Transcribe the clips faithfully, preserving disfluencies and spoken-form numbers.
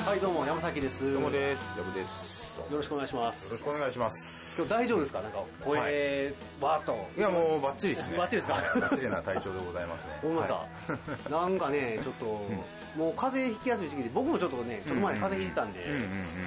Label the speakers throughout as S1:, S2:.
S1: はい、どうも山崎です。
S2: どうもです。ヤブです。
S1: よろしくお願いします。
S2: よろしくお願いします。
S1: 今日大丈夫ですか？なんか声、はい、わーっと。
S2: いやもうバッチリですね。
S1: バッチリですか？
S2: バッチリな体調でございますね。
S1: 思いますか？はい、なんかねちょっと、うん、もう風邪ひきやすい時期で僕もちょっとねちょっと前に風邪ひいてたんで、うんうんうん、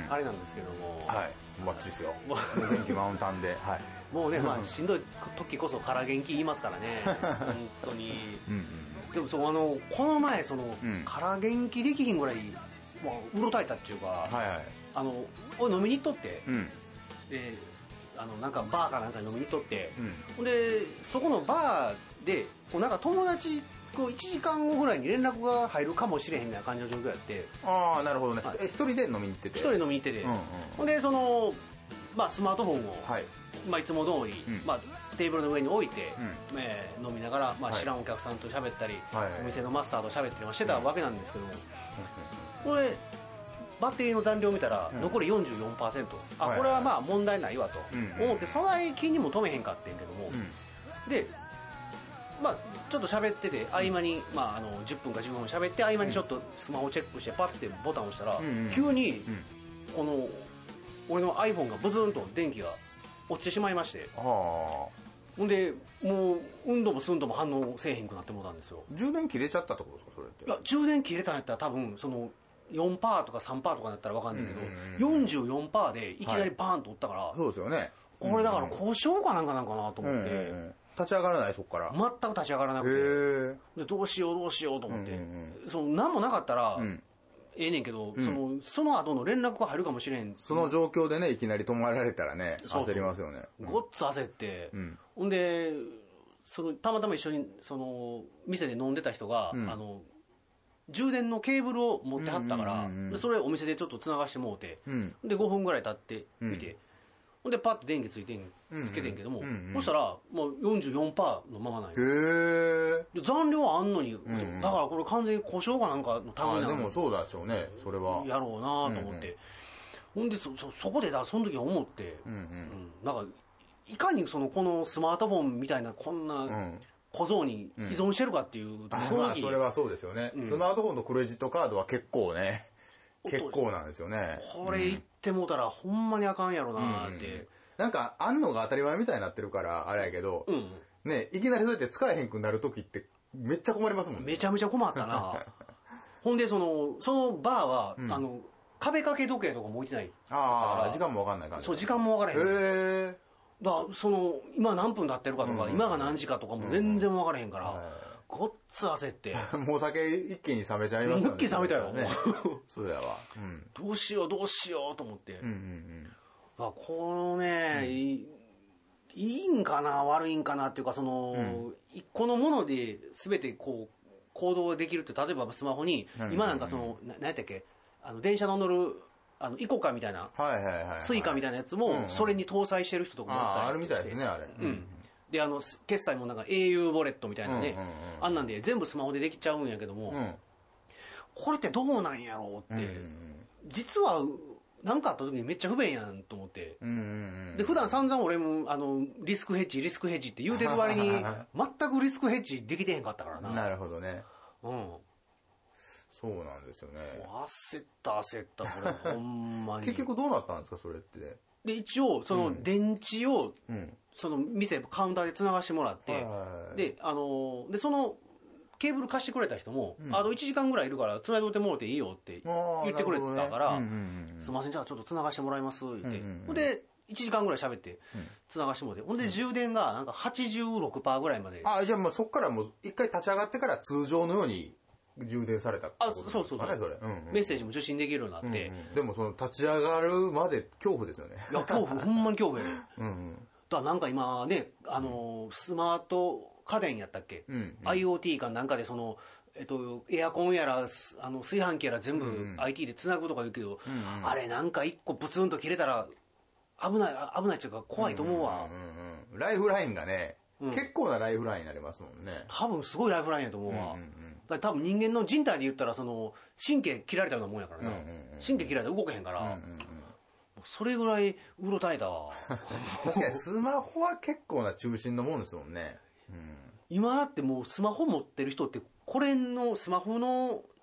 S1: あれなんですけども。
S2: はい。バッチリですよ。元気満タンで。はい。
S1: もうねまあしんどい時こそから元気言いますからね。本当に。うんうん、でもそうあのこの前その、うん、から元気できひんぐらい。まあ、うろたえたっていうか、はいはい、あの俺飲みに行っとって、うん、であのなんかバーかなんかに飲みに行っとって、うん、でそこのバーでなんか友達こういちじかんごぐらいに連絡が入るかもしれへんみたいな感じの状況やって。
S2: ああなるほどね。はい、え一人で飲みに行ってて。
S1: 一人で飲みに行ってて、うんうん、でその、まあ、スマートフォンを、はいまあ、いつも通り、うんまあ、テーブルの上に置いて、うんえー、飲みながら、まあ、知らんお客さんと喋ったり、はい、お店のマスターと喋ったりしてたわけなんですけども、はいこれバッテリーの残量見たら残り よんじゅうよんパーセント、うん、あこれはまあ問題ないわと思ってそない気にも止めへんかってんけども、うん、でまあちょっと喋ってて合間に、まあ、あのじゅっぷんかじゅうごふん喋って合間にちょっとスマホチェックしてパッてボタンを押したら、うん、急にこの俺の iPhone がブズンと電気が落ちてしまいまして、ほんでもう運動も寸度も反応せえへんくなってもうたんですよ。
S2: 充電切れちゃったってことですかそれって？
S1: いや充電切れたんやったら多分その よんパーセント とか さんパーセント とかだったら分かんないけど、うんうんうん、よんじゅうよんパーセント でいきなりバーンと打ったから、はい、
S2: そうですよね。
S1: 俺だから故障かなんかなんかなと思って、うんうんうん、
S2: 立ち上がらないそっから
S1: 全く立ち上がらなくてでどうしようどうしようと思って、うんうん、その何もなかったら、うんええねんけど、うん、そのその後の連絡が入るかもしれん。
S2: その状況でねいきなり止まられたらね焦りますよね。
S1: うん、ごっつ焦って、うん、ほんでそのたまたま一緒にその店で飲んでた人が、うん、あの充電のケーブルを持ってはったから、うんうんうん、それお店でちょっと繋がしてもうて、うん、でごふんぐらい経ってみて、うん、ほんでパッと電気ついてんつけてんけども、うんうん、そしたらもう よんじゅうよんパーセント のままない。へ
S2: ー。
S1: で残量あんのに、うんうん、だからこれ完全に故障かなんかのためにな
S2: でもそうだでしょうねそれは
S1: やろうなと思って、うんうん、ほんで そ, そ, そこでだその時思って、うんうんうん、なんかいかにそのこのスマートフォンみたいなこんな、うん小僧に依存してるかっていう、うん、
S2: あまあそれはそうですよね、うん、スマートフォンのクレジットカードは結構ね結構なんですよね。
S1: これ言ってもうたらほんまにあかんやろなーって、うん、
S2: なんかあんのが当たり前みたいになってるからあれやけど、うん、ねいきなりそうやって使えへんくなる時ってめっちゃ困りますもんね。
S1: めちゃめちゃ困ったなほんでそのそのバーは、うん、あの壁掛け時計とかも置いてない。
S2: ああ時間も分かんない感じ。
S1: そう時間も分からへん。
S2: へえ。
S1: だその今何分経ってるかとか、うん、今が何時かとかも全然分からへんから、うん、ごっつ焦って
S2: もう酒一気に冷めちゃいますよね。
S1: 一気に冷めたよね
S2: そうやわ、うん、
S1: どうしようどうしようと思って、うんうんうん、このね、うん、い, いいんかな悪いんかなっていうかその、うん、一個のもので全てこう行動できるって例えばスマホに、うんうんうん、今なんかその何やったっけあの電車の乗るあのイコカみたいな、はいはいはいはい、スイカみたいなやつもそれに搭載してる人とかも
S2: あったり、うん、あ, あるみたいですねあれ、うん、
S1: であの決済もなんか エーユー ウォレットみたいなね、うんうんうん、あんなんで全部スマホでできちゃうんやけども、うん、これってどうなんやろうって、うんうん、実は何かあった時にめっちゃ不便やんと思って、うんうんうん、で普段散々俺もあのリスクヘッジリスクヘッジって言うてる割に全くリスクヘッジできてへんかったからな。
S2: なるほどね。
S1: うん
S2: そうなんですよね。
S1: 焦った焦ったこれほんまに
S2: 結局どうなったんですかそれって。
S1: で一応その電池を、うん、その店カウンターで繋がしてもらって、うん、であのでそのケーブル貸してくれた人も、うん、あといちじかんぐらいいるから繋いどいてもらっていいよって言ってくれたから、ねうんうんうん、すいませんじゃあちょっと繋がしてもらいますって、うんうんうん、でいちじかんぐらい喋って繋がしてもらって、ほんで充電がなんか はちじゅうろくパーセント ぐらいまで。
S2: あじゃあもうそっからもう一回立ち上がってから通常のように充電されたってことですかね。あ、そうそうそう。それ、うんうん、
S1: メッセージも受信できるようになって、うんうん、
S2: でもその立ち上がるまで恐怖ですよね。
S1: いや恐怖ほんまに恐怖や。うんうん。だからなんか今ねあのー、スマート家電やったっけ、うんうん、アイオーティー かなんかでそのえっとエアコンやらあの炊飯器やら全部 アイティー で繋ぐとか言うけど、うんうん、あれなんか一個ブツンと切れたら危ない危ないっていうか怖いと思うわ。うんうん
S2: うん、ライフラインがね。うん、結構なライフラインになりますもんね。
S1: 多分すごいライフラインやと思うわ。うんうんうん、だ多分人間の人体で言ったらその神経切られたようなもんやからな。うんうんうん、神経切られたら動けへんから、うんうんうん、それぐらいうろたえたわ。
S2: 確かにスマホは結構な中心のもんですもんね。うん、
S1: 今だってもうスマホ持ってる人ってこれのスマホの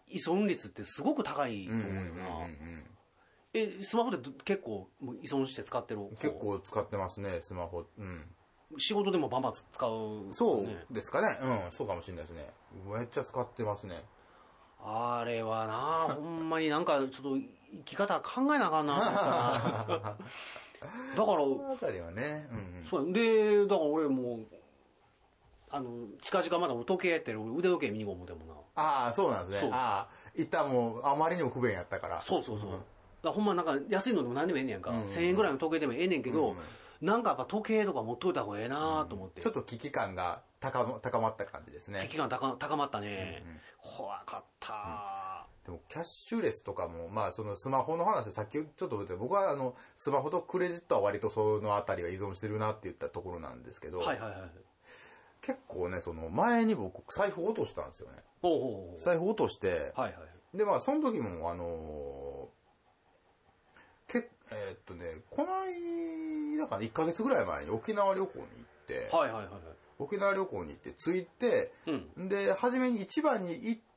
S1: 依存率ってすごく高いと思うよな。え、スマホで結構依存して使ってる？
S2: 結構使ってますね、スマホ。うん。
S1: 仕事でもバンバン使う、ね。
S2: そうですかね。うん、そうかもしれないですね。めっちゃ使ってますね。
S1: あれはな、ほんまになんかちょっと生き方考えなあかんなと思ったな。だから、
S2: そのあたりはね。
S1: うん、そうで、だから俺もう、あの、近々まだ時計やってる腕時計見に行こう思ってもな。
S2: ああ、そうなんですね。ああ、一旦もうあまりにも不便やったから。
S1: そうそうそう。うん、だからほんまなんか安いのでも何でもええねやんか。うん、せんえんぐらいの時計でもええねんけど、うん、なんかやっぱ時計とか持っといた方がええなと思って、うん。
S2: ちょっと危機感が高ま、高まった感じですね。
S1: 危機感高高まったね。うんうん、怖かった、
S2: うん。でもキャッシュレスとかも、まあそのスマホの話、さっきちょっと言って、僕はあの、スマホとクレジットは割とそのあたりは依存してるなって言ったところなんですけど、
S1: はいはいはい。
S2: 結構ね、その前に僕財布落としたんですよね。
S1: ほうほうほう。
S2: 財布落として、
S1: はいはい。
S2: でまあその時もあのー、けえー、っとねこの間かないっかげつぐらい前に沖縄旅行に行って、
S1: はいはいはい、
S2: 沖縄旅行に行って着いて、うん、で初めに市場に行って、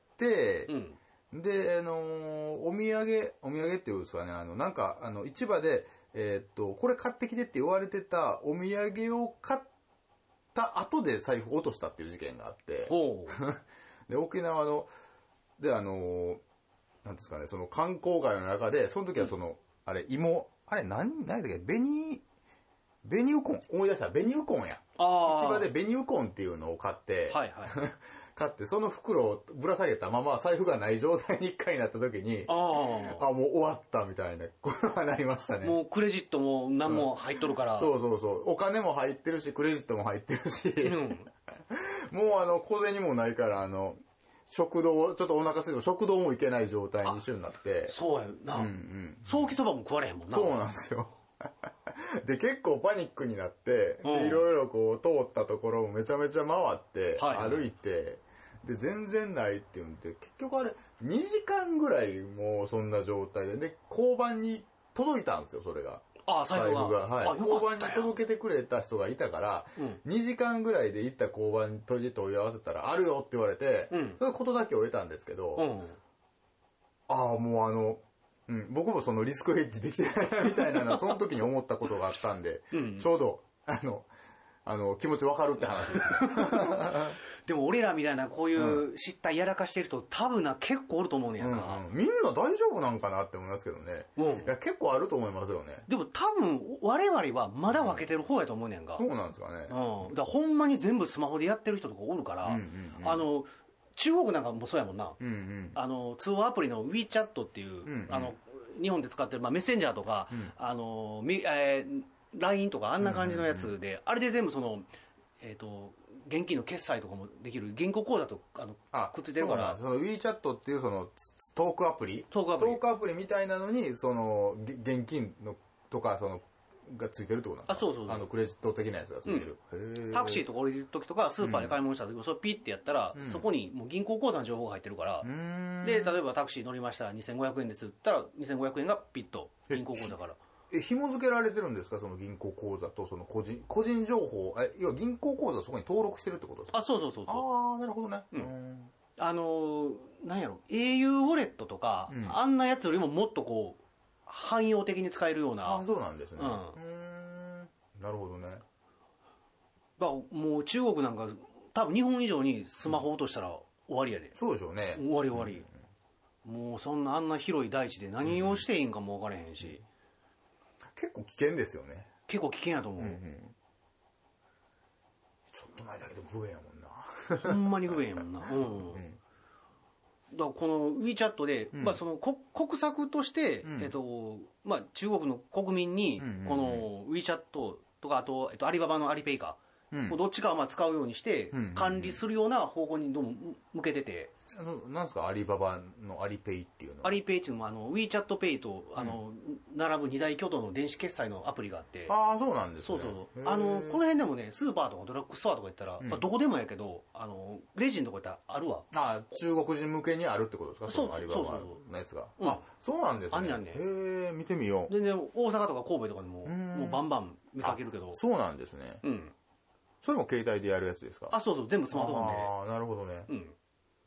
S2: うん、であのー、お土産お土産っていうんですかね、あのなんかあの市場でえー、っとこれ買ってきてって言われてたお土産を買った後で財布落としたっていう事件があってで沖縄のであのなんですかね、その観光街の中でその時はその、うん、あれ芋あれ何何だっけ紅紅ウコン思い出した紅ウコンや市場で紅ウコンっていうのを買って、はいはい、買ってその袋をぶら下げたまま財布がない状態に一回になった時にああもう終わったみたいなことがなりましたね。
S1: もうクレジットも何も入っとるから、
S2: うん、そうそうそうお金も入ってるしクレジットも入ってるし、うん、もうあの小銭もないからあの食堂ちょっとお腹すいて食堂も行けない状態に一緒になって
S1: そうやな、うんうん、早期そばも食われへんもんな。
S2: そうなんですよで結構パニックになっていろいろこう通ったところをめちゃめちゃ回って、はいはい、歩いてで全然ないっていうんで結局あれにじかんぐらいもうそんな状態でで交番に届いたんですよそれが。
S1: ああ財布が、
S2: はい、交番に届けてくれた人がいたから、うん、にじかんぐらいで行った交番に問い合わせたらあるよって言われて、うん、そのことだけを得たんですけど、うん、ああもうあの、うん、僕もそのリスクヘッジできてないなみたいなのはその時に思ったことがあったんで、うん、ちょうどあのあの気持ちわかるって話ですね
S1: でも俺らみたいなこういう失態やらかしてる人多分な結構おると思うねやな、
S2: うんうん、みんな大丈夫なんかなって思いますけどね、うん、いや結構あると思いますよね。
S1: でも多分我々はまだ分けてる方やと思うねんが、
S2: うん、そうなんですかね、
S1: うん、だからほんまに全部スマホでやってる人とかおるから、うんうんうん、あの中国なんかもそうやもんな、うんうん、あの通話アプリの WeChat っていう、うんうん、あの日本で使ってる、まあ、メッセンジャーとか、うん、あのえー、ライン とかあんな感じのやつで、うんうんうん、あれで全部そのえーと、現金の決済とかもできる銀行口座とあのくっついてるから、
S2: その WeChat っていうそのトークアプリ
S1: トークアプリ
S2: トークアプリみたいなのにその現金のとかそのがついてるってことなんですか。
S1: あ、そうそうそう、
S2: あのクレジット的なやつがついてる、
S1: うん、タクシーとか降りる時とかスーパーで買い物した時も、うん、それピッてやったら、うん、そこにもう銀行口座の情報が入ってるから、で例えばタクシー乗りましたにせんごひゃくえんですって言ったらにせんごひゃくえんがピッと銀行口座から
S2: え紐付けられてるんですか、その銀行口座とその個人個人情報、え要は銀行口座そこに登録してるってことですか。
S1: あ、そうそうそうそう。
S2: ああ、なるほどね。
S1: うん。あのー、なんやろ エーユー ウォレットとか、うん、あんなやつよりももっとこう汎用的に使えるような。
S2: あ、そうなんですね。うん。うーん、なるほどね。
S1: だからもう中国なんか多分日本以上にスマホ落としたら終わりやで。
S2: そうでしょうね。
S1: 終わり終わり。うん、もうそんなあんな広い大地で何をしていいんかも分からへんし。うん、
S2: 結構危険ですよね。
S1: 結構危険やと思う、うんうん、
S2: ちょっと前だけでも不便やもんな
S1: ほんまに不便やもんな、うんうん、だからこの WeChat で、うん、まあ、その国策として、うん、えっとまあ、中国の国民にこの WeChat とかあと、えっと、アリババのアリペイか、うん、どっちかはまあ使うようにして管理するような方向にどうも向けてて、
S2: あのなんですかアリババのアリペイっていうのは。
S1: アリペイっていうのもあの WeChat ペイとあの、うん、並ぶ二大巨頭の電子決済のアプリがあって。
S2: ああ、そうなんですね。
S1: そうそうそう、あのこの辺でもねスーパーとかドラッグストアとか行ったら、うん、まあ、どこでもやけどあのレジのとこ行ったらあるわ。
S2: ああ、中国人向けにあるってことですか。
S1: そう
S2: そのアリババのやつが。
S1: うん、
S2: あ、そうなんですね。
S1: あんねんね。
S2: へえ、見てみよう。
S1: 全然大阪とか神戸とかでももうバンバン見かけるけど。
S2: そうなんですね。うん。それも携帯でやるやつですか。
S1: あ、そうそう、全部スマートフォンで。
S2: ああ、なるほどね。うん。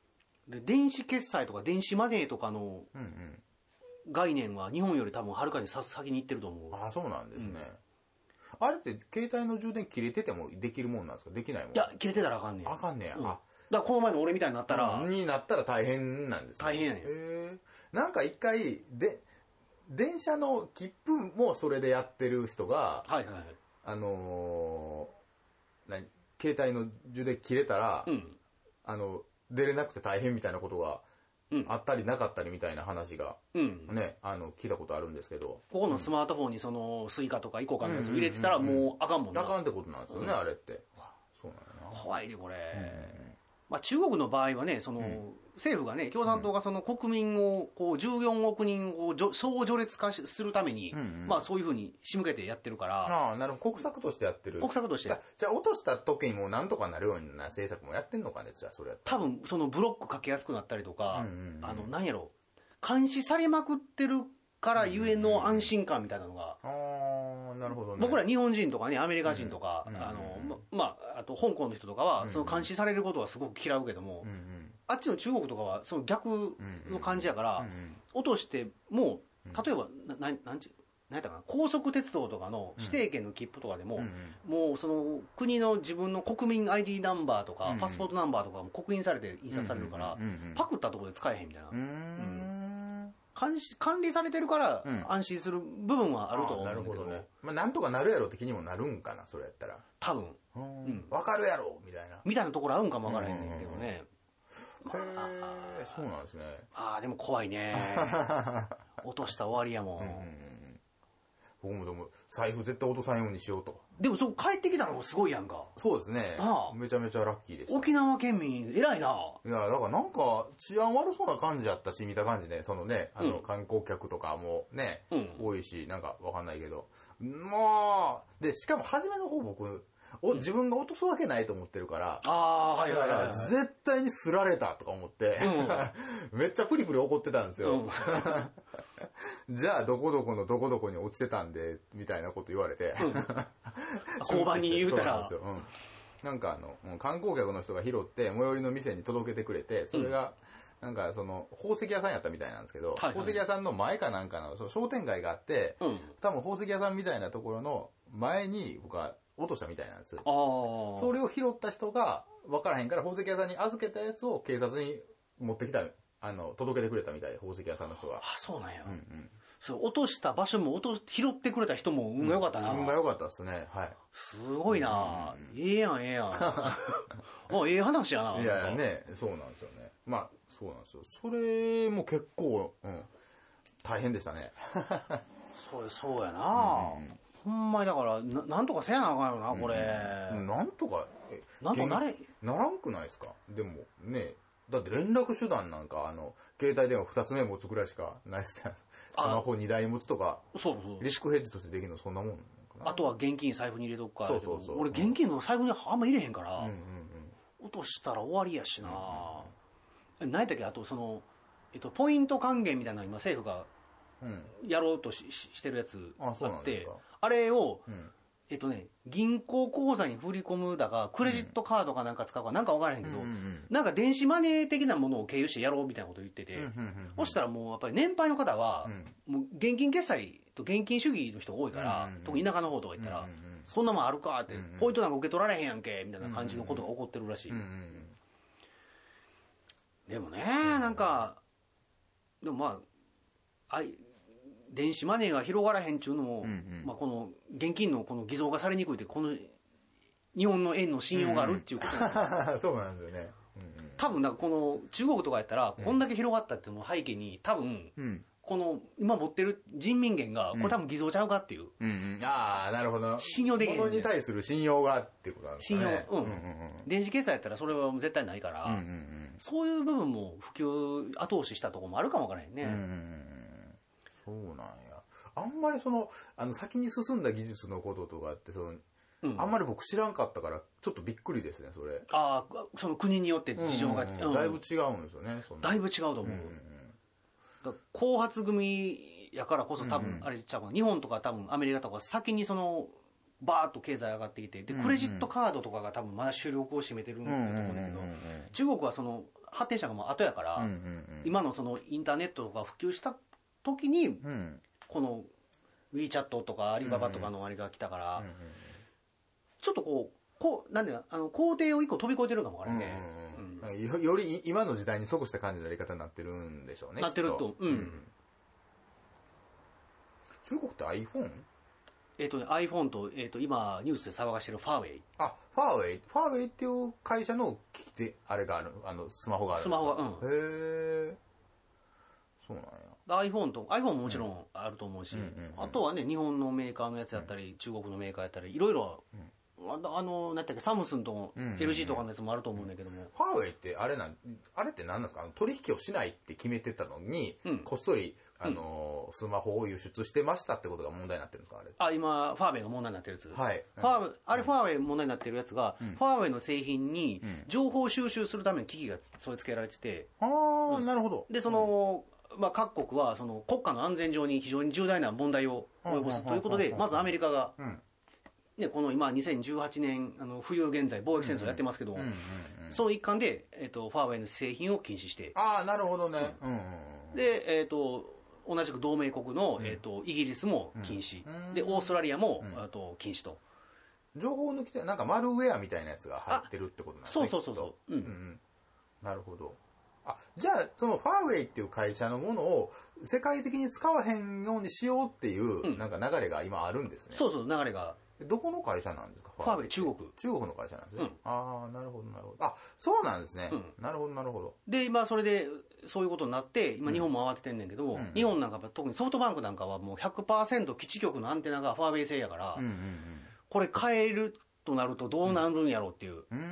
S1: で電子決済とか電子マネーとかの概念は日本より多分はるかに先に行ってると思う。
S2: ああ、そうなんですね、うん、あれって携帯の充電切れててもできるもんなんですか？できないもん？
S1: いや、切れてたらあかんねん。
S2: あかんねや、うん、あ
S1: だからこの前の俺みたいになったら、
S2: うん、になったら大変なんですね。
S1: 大変やねん。
S2: へー、なんか一回で電車の切符もそれでやってる人が、はいはいはい、あのー、何携帯の充電切れたら、うん、あの出れなくて大変みたいなことがあったりなかったりみたいな話が、うん、ね、あの聞いたことあるんですけど、
S1: ここのスマートフォンにそのスイカとかイコカのやつを入れてたらもうあかんもんな。
S2: あかんってことなんですよね、うん、あれって。そうなんやな。
S1: 怖いねこれ、うん、まあ、中国の場合はね、その、うん、政府がね、共産党がその国民をこうじゅうよんおくにんを総序列化するために、うんうん、まあそういうふうに仕向けてやってるから。
S2: ああ、なるほど。国策としてやってる。
S1: 国策として。
S2: じゃあ落とした時にもうなんとかなるような政策もやってんのかね、じゃあそれやったら。
S1: 多分そのブロックかけやすくなったりとか、うんうんうん、あの、なんやろ、監視されまくってるからゆえの安心感みたいなのが、うん
S2: うんうん、ああ、なるほどね。
S1: 僕ら日本人とかね、アメリカ人とか、うんうんうん、あの、ま、まあ、あと香港の人とかは、その監視されることはすごく嫌うけども、うんうん、あっちの中国とかはその逆の感じやから、うんうん、落としても例えばなななんちゅう何やったかな、高速鉄道とかの指定券の切符とかでも、うんうん、もうその国の自分の国民 アイディー ナンバーとか、うんうん、パスポートナンバーとかも刻印されて印刷されるから、うんうんうんうん、パクったところで使えへんみたいな、うんうん、監視管理されてるから安心する部分はあると思うんだけど、なるほどね、
S2: まあ、なんとかなるやろって気にもなるんかな、それやったら
S1: 多分、
S2: うん、分かるやろみたいな
S1: みたいなところあるんかも分からへんねんけどね、
S2: まあ、へえ、そうなんですね。
S1: ああ、でも怖いね落としたら終わりやもん、うんうん、
S2: 僕もでも財布絶対落とさんようにしようと。
S1: でもそう帰ってきたのもすごいやんか。
S2: そうですね、ああ、めちゃめちゃラッキーでした。
S1: 沖縄県民偉いな。
S2: いや、だからなんか治安悪そうな感じやったし、見た感じね、そのね、あの、うん、観光客とかもね、うん、多いし、なんかわかんないけど、もうでしかも初めの方僕お自分が落とすわけないと思ってるから、あ、はいはいはいはい、絶対にすられたとか思って、うん、めっちゃプリプリ怒ってたんですよ、うん、じゃあどこどこのどこどこに落ちてたんでみたいなこと言われて、うん、
S1: 交番に言うたら、
S2: そうなんですよ、うん、なんかあの観光客の人が拾って最寄りの店に届けてくれて、それが、うん、なんかその宝石屋さんやったみたいなんですけど、はいはい、宝石屋さんの前かなんかのその商店街があって、うん、多分宝石屋さんみたいなところの前に僕は落としたみたいなんです。それを拾った人が分からへんから宝石屋さんに預けたやつを警察に持ってきた、あの届けてくれたみたいで、宝石屋さんの人が。
S1: あ、そうなんや、うんうん、そう落とした場所も落と拾ってくれた人も運が良かったな、
S2: うん、運が良かったですね、はい、
S1: すごいな、うんうん、ええやんええやんあ、ええ話やな。
S2: いやいやね、そうなんですよね。まあそうなんですよ、それも結構、うん、大変でしたね
S1: そうそうやな、うんうん、ほんまにだからな、なんとかせやなあかんよな、これ、
S2: うん、なんとか
S1: なんとかなれ
S2: ならんくないですか。でもね、だって連絡手段なんかあの携帯電話ふたつめ持つぐらいしかないっすよ。スマホにだい持つとか、そうそう、リスクヘッジとしてできるのそんなもんかな。
S1: あとは現金財布に入れとくか。
S2: そうそうそう、
S1: 俺現金の財布にあんま入れへんから、うんうんうん、落としたら終わりやしな、うんうん、何やったっけ、あとその、えっと、ポイント還元みたいなの今政府がやろうと し,、うん、してるやつあって、 あ, あれを、うん、えっとね、銀行口座に振り込むだかクレジットカードかなんか使うかなんか分からへんけど、うんうんうん、なんか電子マネー的なものを経由してやろうみたいなこと言ってて、うんうんうんうん、そしたらもうやっぱり年配の方は、うん、もう現金決済と現金主義の人が多いから、うんうんうん、特に田舎の方とか行ったら、うんうんうん、そんなもんあるかって、うんうん、ポイントなんか受け取られへんやんけみたいな感じのことが起こってるらしい、うんうんうん、でもね、なんかでもまああい電子マネーが広がらへんっちゅうのも、うんうん、まあ、この現金のこの偽造がされにくいって、この日本の円の信用があるっていうことなんです、
S2: うん、そうなんですよね、
S1: うんうん、多分なんかこの中国とかやったら、こんだけ広がったっていうのの背景に多分、うん、この今持ってる人民元がこれ多分偽造ちゃうかっていう、
S2: うんうんうん、ああなるほど、
S1: 信用できへん、
S2: 物に対する信用がっていうことなんですかね。
S1: 信用、うんうんうん、電子決済やったらそれは絶対ないから、うんうんうん、そういう部分も普及後押ししたところもあるかもわからへんね、うんうんうん、
S2: そうなんや。あんまりそのあの先に進んだ技術のこととかってその、うん、あんまり僕知らんかったからちょっとびっくりですね、それ。あ
S1: あ、その国によって事情が、うん
S2: うんうん、だいぶ違うんですよね。
S1: そんなだいぶ違うと思う、うんうん、だ後発組やからこそ多分あれちゃうか、うんうん、日本とか多分アメリカとか先にそのバーッと経済上がってきて、でクレジットカードとかが多分まだ主力を占めてるんだと思うんだけど、中国はその発展したのも後やから、うんうんうん、今のそのインターネットが普及した時に、うん、この WeChat とかアリババとかのあれが来たから、うんうんうん、ちょっとこうこうなんであの工程を一個飛び越えてるかもわからね、
S2: うんうんうん、よ, より今の時代に即した感じのやり方になってるんでしょうね。
S1: なってると、うん、うん、
S2: 中国って iPhone？
S1: えっ、ー、とね iPhone と、えー、と今ニュースで騒がしてるファーウェイ。
S2: あ、ファーウェイファーウェイっていう会社の機器であれがある、あのスマホがある。
S1: スマホが、うん、へ
S2: え。そうなん
S1: や。iPhone と iPhone ももちろんあると思うし、うんうんうんうん、あとはね日本のメーカーのやつやったり、うん、中国のメーカーやったりいろいろ、うんあの、なんていうか、サムスンと エルジー とかのやつもあると思うんだけども。うんうんうん、
S2: ファーウェイって、あれなん、あれって何なんですか？取引をしないって決めてたのに、うん、こっそり、あの、うん、スマホを輸出してましたってことが問題になってるんですか？あれ。
S1: あ、今、ファーウェイが問題になってるやつ。
S2: はい。
S1: ファーあれ、ファーウェイ問題になってるやつが、うん、ファーウェイの製品に、情報収集するための機器がそれ付けられてて。
S2: ああ、うん、なるほど。
S1: で、その、まあ、各国は、その、国家の安全上に非常に重大な問題を及ぼすということで、まずアメリカが、うんね、この今にせんじゅうはちねんあの冬現在貿易戦争やってますけど、うんうんうんうん、その一環で、えーと、ファーウェイの製品を禁止して、
S2: ああなるほどね、うんうん
S1: うん、で、えーと、同じく同盟国の、えーと、イギリスも禁止、うん、でオーストラリアも、うん、と禁止と。
S2: 情報抜きでなんかマルウェアみたいなやつが入ってるってことなんですね。
S1: そうそうそうそう、うんうん、
S2: なるほど。あ、じゃあそのファーウェイっていう会社のものを世界的に使わへんようにしようっていう、うん、なんか流れが今あるんですね。
S1: そうそう流れが。
S2: どこの会社なんですか？
S1: ファーウェイ中国。
S2: 中国の会社なんですね。うん、ああ、なるほどなるほど。あ、そうなんですね。うん、なるほどなるほど。
S1: で今それでそういうことになって今日本も慌ててんねんけど、うん、日本なんか特にソフトバンクなんかはもう ひゃくパーセント 基地局のアンテナがファーウェイ製やから、うんうんうん、これ変えるとなるとどうなるんやろうっていう。うんうん、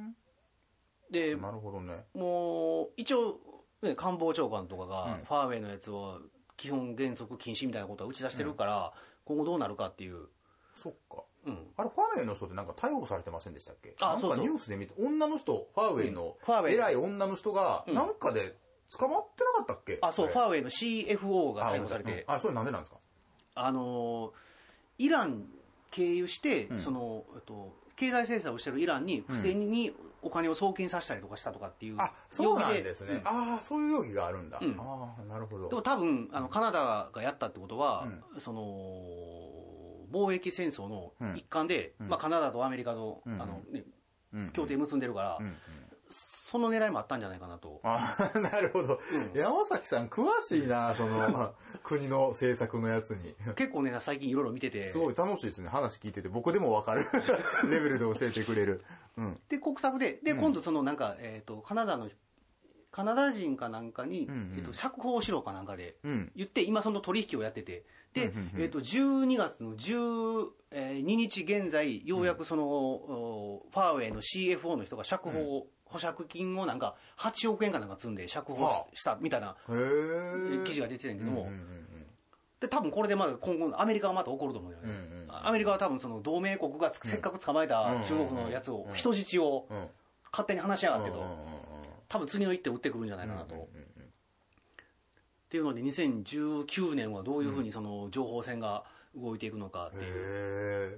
S1: で、
S2: なるほどね。
S1: もう一応、ね、官房長官とかがファーウェイのやつを基本原則禁止みたいなことは打ち出してるから、今後どうなるかっていう。
S2: そっか、うん、あれファーウェイの人ってなんか逮捕されてませんでしたっけ？あ、なんかニュースで見て女の人ファーウェイの偉い女の人がなんかで捕まってなかったっけ？うん、
S1: あ、そう、ファーウェイの シーエフオー が逮捕されて。
S2: あ、うん、あ、それなんでなんですか？
S1: あのイラン経由して、うん、そのえっと経済制裁をしてるイランに不正にお金を送金させたりとかしたとかっていう、うん、
S2: あ、そうなんですね、うん、ああ、そういう容疑があるんだ、うん、ああ、なるほど。
S1: でも多分あのカナダがやったってことは、うん、その貿易戦争の一環で、うん、まあ、カナダとアメリカの、うん、あのね、うん、協定結んでるから、うん、その狙いもあったんじゃないかなと。
S2: あ、なるほど、うん、山崎さん詳しいな、その国の政策のやつに。
S1: 結構ね最近いろいろ見てて
S2: すごい楽しいですね。話聞いてて僕でも分かるレベルで教えてくれる、うん、
S1: で国策でで、今度そのなんか、えーと、カナダのカナダ人かなんかに、うんうん、えーと、釈放しろかなんかで言って、うん、今その取引をやってて、で、うんうんうん、えーと、じゅうにがつのじゅうににち現在ようやくその、うん、ファーウェイの シーエフオー の人が釈放を、うん、保釈金をなんかはちおくえんかなんか積んで釈放したみたいな記事が出てたんやけども、うんうんうんうん、で多分これでまだ今後アメリカはまた起こると思うよね、うんうんうん、アメリカは多分その同盟国がせっかく捕まえた中国のやつを、人質を勝手に話しやがってと、多分次の一手打ってくるんじゃないかなと、うんうんうんうん、っていうのでにせんじゅうきゅうねんはどういうふうにその情報戦が動いていくのかっていう。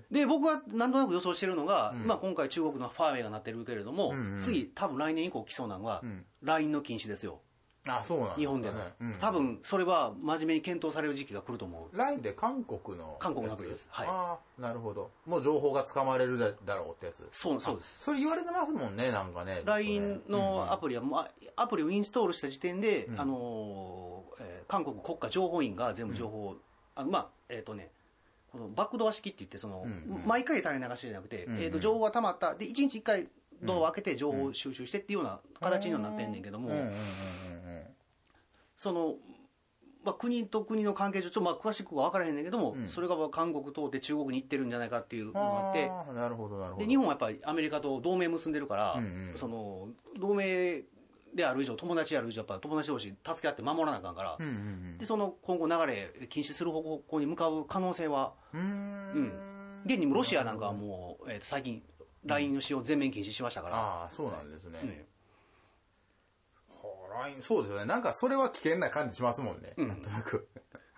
S1: で僕はなんとなく予想してるのが、うん、まあ、今回中国のファーウェイがなってるけれども、うんうん、次多分来年以降来そうなのは、うん、ライン の禁止ですよ。
S2: あ、そうなんですかね、
S1: 日本での、うんうん、多分それは真面目に検討される時期が来ると思う。
S2: ライン って韓国の
S1: 韓国のアプリです、はい、
S2: ああ、なるほど。もう情報がつかまれるだろうってやつ。
S1: そうそうです。
S2: それ言われてますもんね、なんかね。
S1: ライン のアプリは、うんうん、アプリをインストールした時点で、うん、あのえー、韓国国家情報院が全部情報を、うん、あのまあえっ、ー、とねこのバックドア式って言ってその、うんうん、毎回垂れ流しじゃなくて、うんうん、えー、と情報が溜まったでいちにちいっかいドアを開けて情報を収集してっていうような形にはなってんねんけども、その、まあ、国と国の関係上ちょっとまあ詳しくは分からへんねんけども、うん、それが韓国通って中国に行ってるんじゃないかっていうのがあって、
S2: あ、なるほどなるほど。
S1: で日本はやっぱりアメリカと同盟結んでるから、うんうん、その同盟である以上友達である以上やっぱ友達同士助け合って守らなあかんから、うんうんうん、でその今後流れ禁止する方向に向かう可能性は、うーん、うん、現にロシアなんかはもう、えー、と最近 ライン の使用全面禁止しましたから、うん、
S2: ああ、そうなんですね、うん、はあ、ライン、そうですよね。なんかそれは危険な感じしますもんね、うん、なんとなく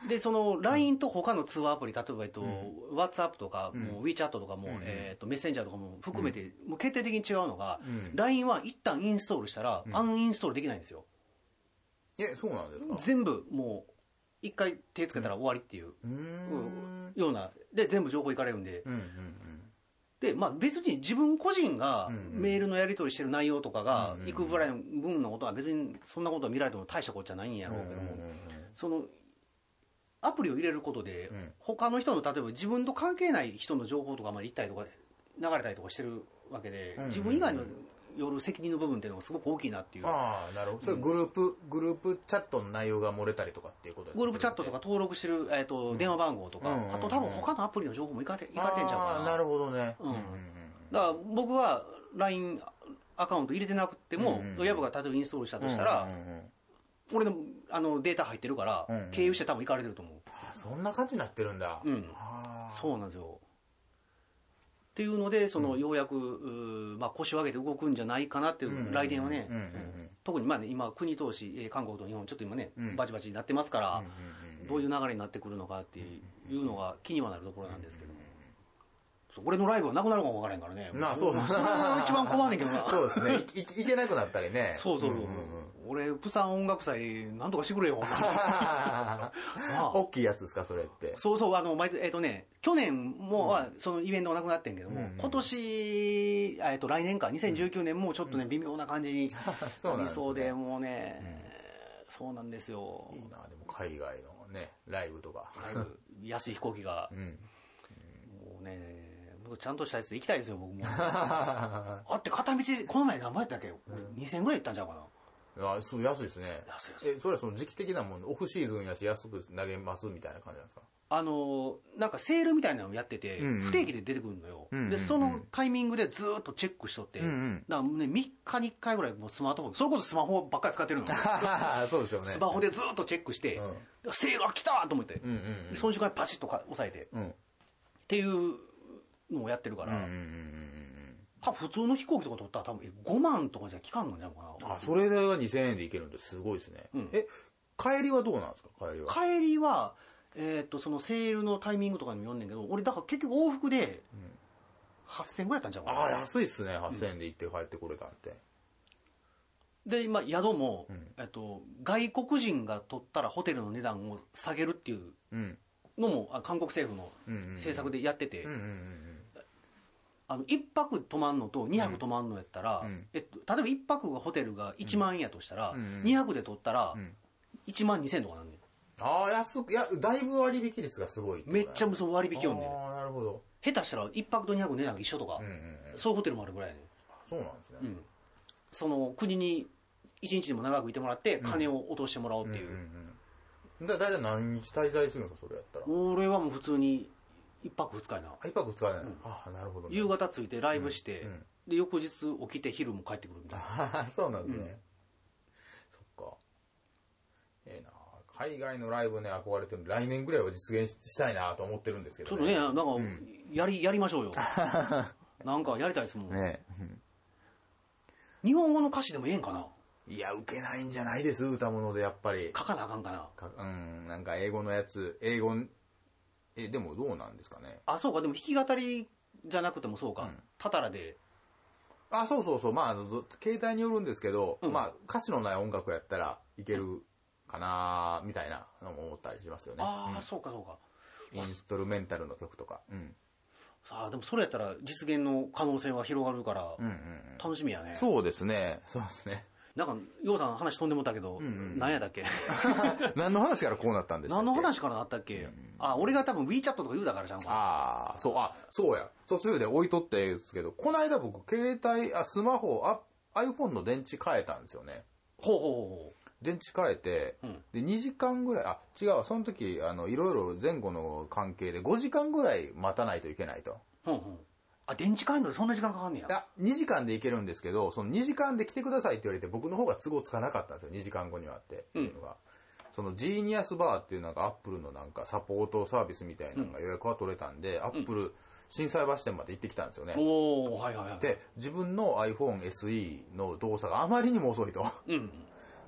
S1: で、その ライン と他の通話アプリ、例えば、えっと、WhatsApp とか、もう WeChat とかも、えっと、メッセンジャーとかも含めて、もう決定的に違うのが、ライン は一旦インストールしたら、アンインストールできないんですよ。
S2: え、そうなんですか？
S1: 全部、もう、一回手つけたら終わりっていう、ような、で、全部情報いかれるんで、で、まあ別に自分個人がメールのやり取りしてる内容とかが、いくぐらいの分のことは別にそんなことは見られても大したことじゃないんやろうけども、その、アプリを入れることで、他の人の、例えば自分と関係ない人の情報とかまで行ったりとか、流れたりとかしてるわけで、自分以外のよる責任の部分っていうのがすごく大きいなっていう。
S2: ああ、なるほど。それグループ、グループチャットの内容が漏れたりとかっていうことですか？
S1: グループチャットとか登録してる、えっと、電話番号とか、あと多分他のアプリの情報もいかれて、いかれてんちゃうかな。
S2: ああ、なるほどね。うん。
S1: だから僕は ライン アカウント入れてなくても、ヤブが例えばインストールしたとしたら、俺のあのデータ入ってるから、経由して多分いかれてると思う。
S2: そんな感じになってるんだ。
S1: うん。そうなんですよ。っていうので、その、ようやく、まあ腰を上げて動くんじゃないかなっていう、来年はね、特にまあね、今、国同士、韓国と日本、ちょっと今ね、バチバチになってますから、どういう流れになってくるのかっていうのが気にはなるところなんですけども。俺のライブはなくなるかもわからへんからね。
S2: なあ、そうだ。
S1: それが一番困んねんけどな。
S2: そうですね。いけなくなったりね。
S1: そうそうそう。俺、プサン音楽祭、なんとかしてくれよ。
S2: 大きいやつですか、それって。
S1: そうそう、あの、毎年、えっとね、去年もは、そのイベントがなくなってんけども、今年、えっと、来年か、にせんじゅうきゅうねんもちょっとね、微妙な感じになりそうで、もうね、そうなんですよ。
S2: いいな、でも海外のね、ライブとか。
S1: ライブ、安い飛行機が、もうね、ちゃんとしたやつで行きたいですよ、僕も。あって片道、この前何倍やったっけ？にせんえんぐらい行ったんちゃうかな。
S2: あ、そう安いですね。
S1: 安いです。
S2: え、それはその時期的なもん、オフシーズンやし安く投げますみたいな感じなんですか？
S1: あの、なんかセールみたいなのをやってて、不定期で出てくるのよ。で、そのタイミングでずっとチェックしとって、だからね、みっかにいっかいぐらいもうスマートフォン、それこそスマホばっかり使ってるの。
S2: そうでしょうね。
S1: スマホでずっとチェックして、セールが来たと思って、その瞬間にパチッと押さえて、っていうのをやってるから、普通の飛行機とか取ったら多分ごまんとかじゃ効かんのじゃんかな。
S2: あ、それがにせんえんでいけるんですごいですね。え、帰りはどうなんですか？帰りは。
S1: 帰りは、えっと、そのセールのタイミングとかにも読んでんけど、俺だから結局往復ではっせんえんぐらいやったんちゃうかな。
S2: ああ、安いっすね。はっせんえんで行って帰ってこれたんて。
S1: で、今、宿も、えっと、外国人が取ったらホテルの値段を下げるっていうのも、韓国政府の政策でやってて、あの、一泊泊まんのと二泊泊まんのやったら、えっと、例えば一泊がホテルがいちまんえんやとしたら、二泊で取ったら、いちまんにせんとかなんねん。
S2: ああ、安く、いや、だいぶ割引率がすごい。
S1: めっちゃその割引よんねん。
S2: ああ、なるほど。
S1: 下手したら一泊と二泊値段が一緒とか、そういうホテルもあるぐらいやねん。
S2: そうなんですね。うん。
S1: その、国に一日でも長くいてもらって、金を落としてもらおうっていう。
S2: だいたい何日滞在するんですか、それやったら。
S1: 俺はもう普通に、一泊二日やな。
S2: 一泊二日やな。ああ、なるほど。
S1: 夕方着いてライブして、で、翌日起きて昼も帰ってくるみたいな。
S2: そうなんですね。そっか。ええな。海外のライブね、憧れてる。来年ぐらいは実現したいなと思ってるんですけど
S1: ちょっとね、なんか、やり、やりましょうよ。なんかやりたいですもん。ね。日本語の歌詞でもええんかな？
S2: いや、受けないんじゃないです、歌物でやっぱり。
S1: 書かなあかんかな。
S2: うん、なんか英語のやつ、英語、え、でもどうなんですかね。
S1: あ、そうか、でも弾き語りじゃなくてもそうか。たたらで。
S2: あ、そうそうそう、まあ、携帯によるんですけど、まあ、歌詞のない音楽やったらいけるかなみたいなのも思ったりしますよね。
S1: ああ、そうかそうか。
S2: インストルメンタルの曲とか。うん。
S1: さあ、でもそれやったら実現の可能性は広がるから、楽しみやね。
S2: そうですね。そうですね。
S1: なんか、ようさん話飛んでもったけど、何やだっけ
S2: 何の話からこうなったんですか？
S1: 何の話からなったっけ？あ、俺が多分 WeChat とか言うだからじゃんか。
S2: ああ、そう、あ、そうや。途中で置いとってですけど、この間僕、携帯、あ、スマホ、あ、iPhone の電池変えたんですよね。
S1: ほうほうほう。
S2: 電池変えて、うん、でにじかんぐらい、あ、違う、その時あのいろいろ前後の関係でごじかんぐらい待たないといけないと。
S1: うんうん、あ、電池変えるのでそんな時間かかんねや。
S2: いや、にじかんで行けるんですけど、そのにじかんで来てくださいって言われて僕の方が都合つかなかったんですよ、にじかんごにはって、うん、いうのが。そのジーニアスバーっていうなんかアップルのなんかサポートサービスみたいなのが予約は取れたんで、うん、アップル心斎橋店まで行ってきたんですよね。
S1: おー、はいはいはい。
S2: で、自分の iPhone エスイー の動作があまりにも遅いと。うん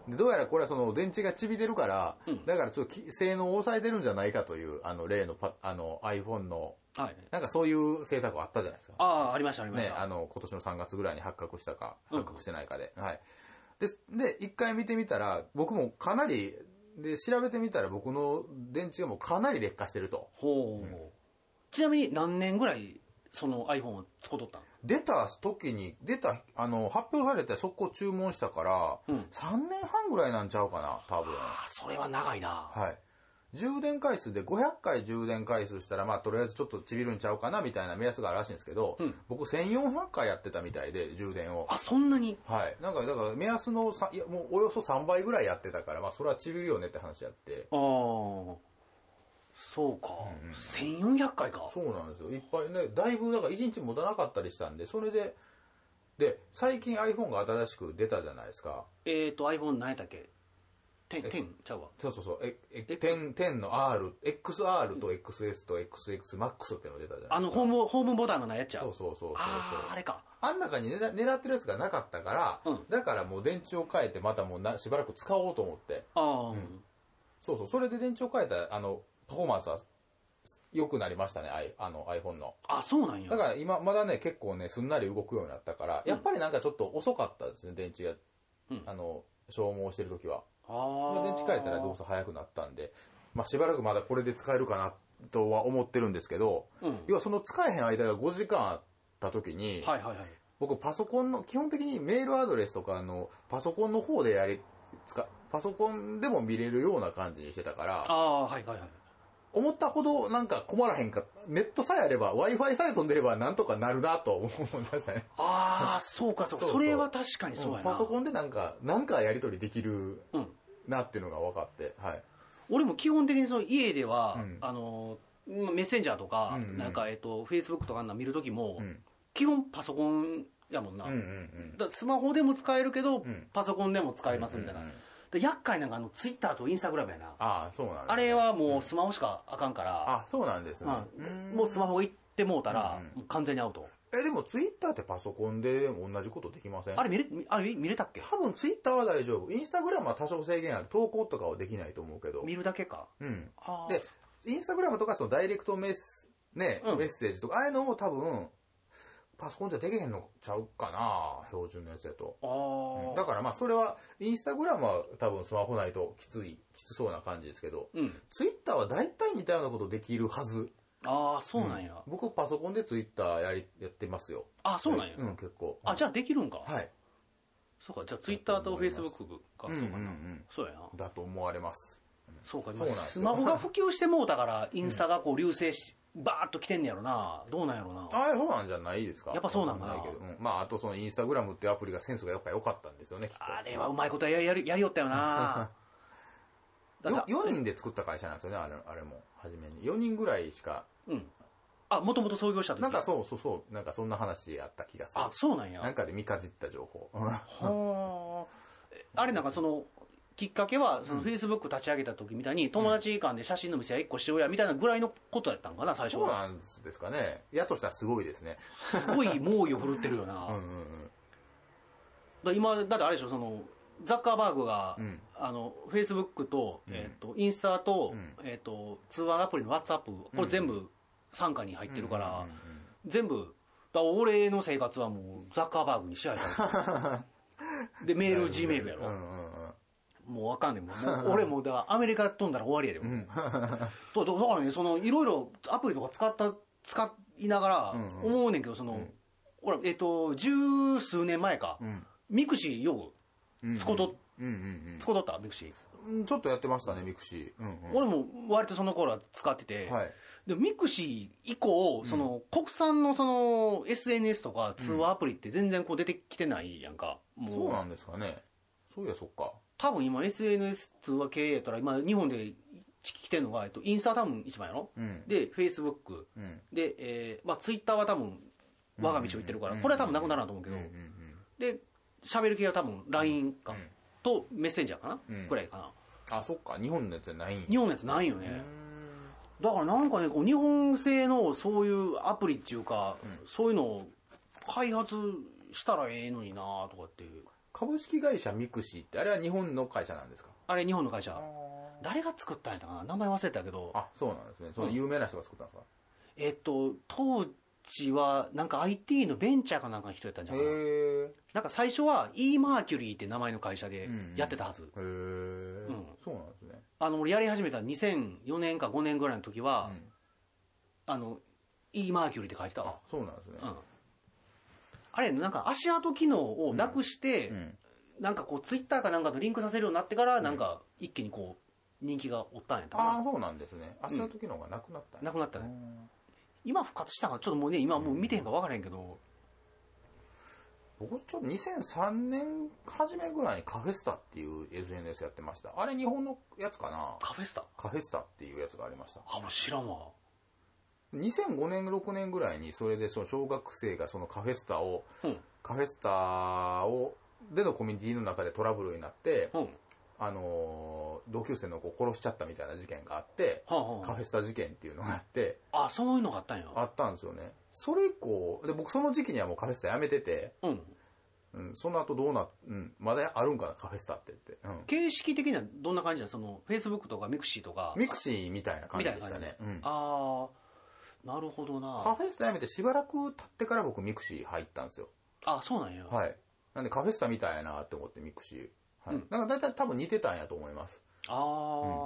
S2: でどうやらこれはその電池がちびれるから、うん、だからちょっと性能を抑えてるんじゃないかというあの例のパあの iPhone の、はい、なんかそういう政策あったじゃないですか。
S1: ああ、ありましたありました、
S2: ね、あの今年のさんがつぐらいに発覚したか発覚してないかで、うん、はい。でで一回見てみたら僕もかなりで調べてみたら僕の電池がもうかなり劣化してると。
S1: ほう、うん、ちなみに何年ぐらいその iPhone を使っとったの？
S2: 出た時に出たあの発表されて速攻注文したから、うん、さんねんはんぐらいなんちゃうかな多分。
S1: あ、それは長いな。
S2: はい。充電回数でごひゃっかい充電回数したらまあとりあえずちょっとちびるんちゃうかなみたいな目安があるらしいんですけど、うん、僕せんよんひゃっかいやってたみたいで充電を。
S1: あ、そんなに？
S2: はい。なんかだから目安のさいやもうおよそさんばいぐらいやってたからまあそれはちびるよねって話やって。
S1: ああ。そうか、うんうん、せんよんひゃっかいか。
S2: そうなんですよ。いっぱいね、だいぶだからいちにち持たなかったりしたんで、それでで最近 iPhone が新しく出たじゃないですか。
S1: えっと iPhone 何やったっけ？じゅうちゃうわ。
S2: そうそうそう。ええじゅう、じゅうの R、エックスアール と エックスエス と エックスエックスマックス っていうのが出たじゃないですか。
S1: あのホームホームボタンのないやつちゃう。
S2: そうそうそうそうそう。
S1: ああ、あれか。
S2: あん中に狙狙ってるやつがなかったから、うん、だからもう電池を変えてまたもうなしばらく使おうと思って。ああ、うん。そうそう。それで電池を変えたあのパフォーマンスは良くなりましたね、あの iPhone の。
S1: あ、そうなんや。
S2: だから今まだね結構ねすんなり動くようになったから、うん、やっぱりなんかちょっと遅かったですね電池が、うん、あの消耗してる時は。あ電池変えたらどうせ早くなったんで、まあ、しばらくまだこれで使えるかなとは思ってるんですけど、うん、要はその使えへん間がごじかんあった時に、はいはいはい、僕パソコンの基本的にメールアドレスとかのパソコンの方でやり使パソコンでも見れるような感じにしてたから。あ、はいはいはい、思ったほどなんか困らへんか、ネットさえあれば Wi-Fi さえ飛んでればなんとかなるなと思いましたね。
S1: ああ、そうかそうか。それは確かにそうやな。
S2: パソコンでなんかなんかやり取りできるなっていうのが分かって、はい。
S1: 俺も基本的にその家では、うん、あのメッセンジャーとか、うんうん、なんかえっと Facebook とか見る時も、うん、基本パソコンやもんな。うんうんうん、だスマホでも使えるけど、うん、パソコンでも使えますみたいな。うんうんうん、厄介なのがあのツイッターとインスタグラムやな。
S2: ああ、そうなんですね。
S1: あれはもうスマホしかあかんから。
S2: あ、そうなんですね。
S1: うん、もうスマホ行ってもうたら、うん、もう完全にアウト。
S2: え、でもツイッターってパソコンで同じことできません？
S1: あれ見れ、あれ見れたっけ？
S2: 多分ツイッターは大丈夫。インスタグラムは多少制限ある。投稿とかはできないと思うけど。
S1: 見るだけか。
S2: うん。で、インスタグラムとかそのダイレクトメッセ、ね、うん、メッセージとか、ああいうのも多分、パソコンじゃできへんのちゃうかな、標準のやつやと。あ、うん、だからまあそれはインスタグラムは多分スマホないときついきつそうな感じですけど、うん、ツイッターは大体似たようなことできるはず。
S1: ああ、そうなんや、うん、
S2: 僕パソコンでツイッターやりやってますよ。
S1: あ、そうなんや。
S2: うん、結構。
S1: あ、じゃあできるんか。
S2: はい。
S1: そうか、じゃあツイッターとフェイスブックがそうかな、うんうんうん、そうやな。
S2: だと思われます。
S1: そうか、そうなんです。スマホが普及してもうたからインスタがこう流星し、バーッと来てんねやろな。どうなんやろな。
S2: ああ、そうなんじゃないですか。
S1: やっぱそうなんかな。
S2: ないけど、うん、まああとそのインスタグラムってアプリがセンスがやっぱ良かったんですよね。きっと
S1: あれはうまいことやりやりやりよったよな。
S2: よよにんで作った会社なんですよね、あれあれも初めによにんぐらいしか。
S1: うん。あ、もともと創業した時。
S2: なんかそうそうそうなんかそんな話あった気がする。
S1: あ、そうなんや。
S2: なんかで見かじった情報。
S1: はあ。あれなんかその。きっかけはそのフェイスブック立ち上げた時みたいに友達間で写真の店はいっこしようやみたいなぐらいのことやったんかな最初は。
S2: そうなんですかね。やとしたらすごいですね。
S1: すごい猛威を振るってるよな。うんうん、うん、だ今だってあれでしょ、そのザッカーバーグが、うん、あのフェイスブックと、うん、えー、とインスタと、うん、えー、と通話アプリの WhatsApp これ全部傘下に入ってるから、全部だ俺の生活はもうザッカーバーグに支配されてる。でメール G メールやろ。うんうんうん、もうわかんねんもう俺もうだからアメリカ飛んだら終わりやで、うん、そうだからね、そのいろいろアプリとか使った使いながら思うねんけど、その、うん、ほらえっ、ー、と十数年前か、うん、ミクシーようつことつことったミクシ
S2: ーちょっとやってましたねミクシー、うんうん、
S1: 俺も割とその頃は使ってて、はい、でミクシー以降その、うん、国産のその エスエヌエス とか通話アプリって全然こう出てきてないやんか、
S2: もうそうなんですかね。そういやそっか。
S1: 多分今 エスエヌエス 通話系やったら今日本で来てるのが、えっと、インスタ多分一番やろ、うん、で Facebook、うん、で、えーまあ、Twitter は多分我が道を行ってるから、うん、これは多分なくならんと思うけど、うん、で喋る系は多分 ライン か、うん、とメッセンジャーかな、うん、くらいか
S2: な。あ、そっか、日本のやつじゃないんや。
S1: 日本のやつないよね。だからなんかねこう日本製のそういうアプリっていうか、うん、そういうのを開発したらええのになとかっていう。
S2: 株式会社ミクシーってあれは日本の会社なんですか？
S1: あれ日本の会社。誰が作ったんやったかな、名前忘れたけど。
S2: あ、そうなんですね。その有名な人が作ったんですか？
S1: うん、えっと当時はなんか アイティー のベンチャーかなんかの人やったんじゃないかな。なんか最初は E マーキュリーって名前の会社でやってたはず。
S2: うんうん、へえ、うん、そうなんですね。
S1: あの俺やり始めたにせんよねんかごねんぐらいの時は、うん、あの E マーキュリーって書いてたわ。
S2: あ、そうなんですね。うん、
S1: あれなんか足跡機能をなくして、うんうん、なんかこうツイッターかなんかとリンクさせるようになってから、なんか一気にこう人気がおったんやったかな。
S2: ああ、そうなんですね。足跡機能がなくなったんや、
S1: なくなったね。今復活したからちょっともうね、今もう見てへんか分からへんけど、
S2: うん、僕ちょっとにせんさんねん初めぐらいにカフェスタっていう エスエヌエス やってました。あれ日本のやつかな。
S1: カフェスタ
S2: カフェスタっていうやつがありました。
S1: あ、もう知らんわ。
S2: にせんごねんろくねんぐらいにそれでその小学生がそのカフェスタを、うん、カフェスタをでのコミュニティの中でトラブルになって、うん、あの同級生の子を殺しちゃったみたいな事件があって、はあはあ、カフェスタ事件っていうのがあって、
S1: あ、そういうのがあったんや。
S2: あったんですよね。それ以降で僕その時期にはもうカフェスタやめてて、うんうん、その後どうな、うん、まだあるんかなカフェスタって言って、うん、
S1: 形式的にはどんな感じだ、そのフェイスブックとかミクシーとか。
S2: ミクシーみたいな感じでしたね。うん、
S1: ああ、なるほどな。
S2: カフェスタやめてしばらく経ってから僕ミクシー入ったんですよ。
S1: あ、そうなんや。
S2: はい。なんでカフェスタみたいなって思ってミクシー。はい。うん、なんか大体多分似てたんやと思います。
S1: ああ、うん、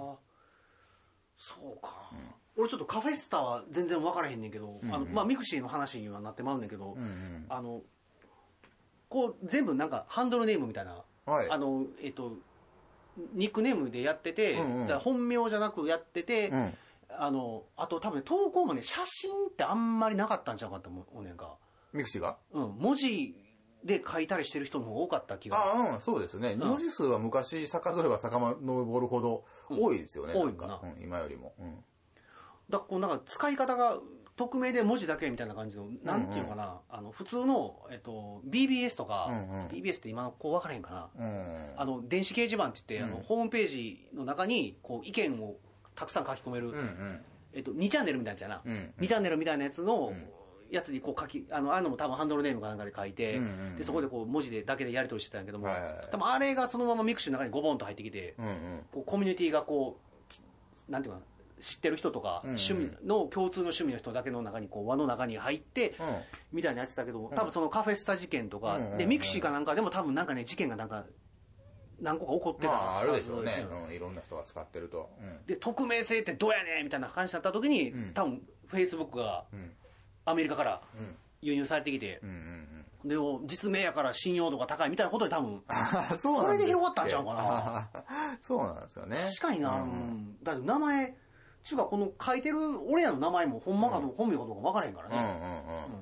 S1: そうか、うん。俺ちょっとカフェスタは全然分からへんねんけど、うんうん、あのまあミクシーの話にはなってまうんねんけど、うんうん、あのこう全部なんかハンドルネームみたいな、はい、あのえっとニックネームでやってて、うんうん、だから本名じゃなくやってて。うん、あのあと多分投稿もね写真ってあんまりなかったんちゃうかと思うねんか。
S2: ミクシーが？
S1: うん、文字で書いたりしてる人の方が多かった気が。
S2: ああ、うん、そうですね。うん、文字数は昔遡れば遡るほど多いですよね。うん、多いかな、うん、今よりも。うん、
S1: だからこうなんか使い方が匿名で文字だけみたいな感じの、なんていうかな、うんうん、あの普通の、えっと、ビービーエス とか、うんうん、ビービーエス って今の子分からへんかな、うん、あの電子掲示板って言って、うん、あのホームページの中にこう意見をたくさん書き込める、うんうん、えっと、にチャンネルみたいなやつやな、うんうん、にチャンネルみたいなやつのやつにこう書き、あのああいうのも多分ハンドルネームかなんかで書いて、うんうんうん、でそこでこう文字でだけでやり取りしてたんやけども、はいはいはい、多分あれがそのままミクシーの中にゴボンと入ってきて、うんうん、こうコミュニティがこうなんていうかな、知ってる人とか、うんうん、趣味の共通の趣味の人だけの中にこう輪の中に入って、うん、みたいなやつだけど、多分そのカフェスタ事件とか、うんうん、でミクシーかなんかでも多分なんかね事件がなんか何個か起こってた、
S2: まあ、あるでしょうね、うん、いろんな人が使ってると、うん、
S1: で匿名性ってどうやねんみたいな感じだった時に、うん、多分フェイスブックがアメリカから輸入されてきて、うんうんうん、でも実名やから信用度が高いみたいなことで多分それで広がったんちゃうかな。
S2: そうなんですよね。
S1: 確かにな、うん、だって名前ちゅうかこの書いてる俺らの名前もほんまかどうか、うん、本名かどうか分からへんからね、うんうんうんうん、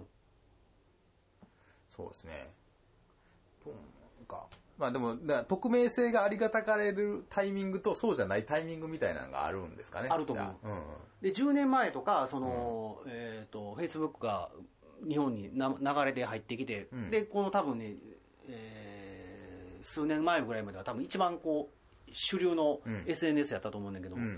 S2: そうですね。なんかまあでも匿名性がありがたかれるタイミングとそうじゃないタイミングみたいなのがあるんですかね。
S1: あると思う、うんうん、でじゅうねんまえとかその、うん、えーと、フェイスブックが日本にな流れで入ってきて、うん、でこの多分ね、えー、数年前ぐらいまでは多分一番こう主流の エスエヌエス やったと思うんだけども、うんうんうん、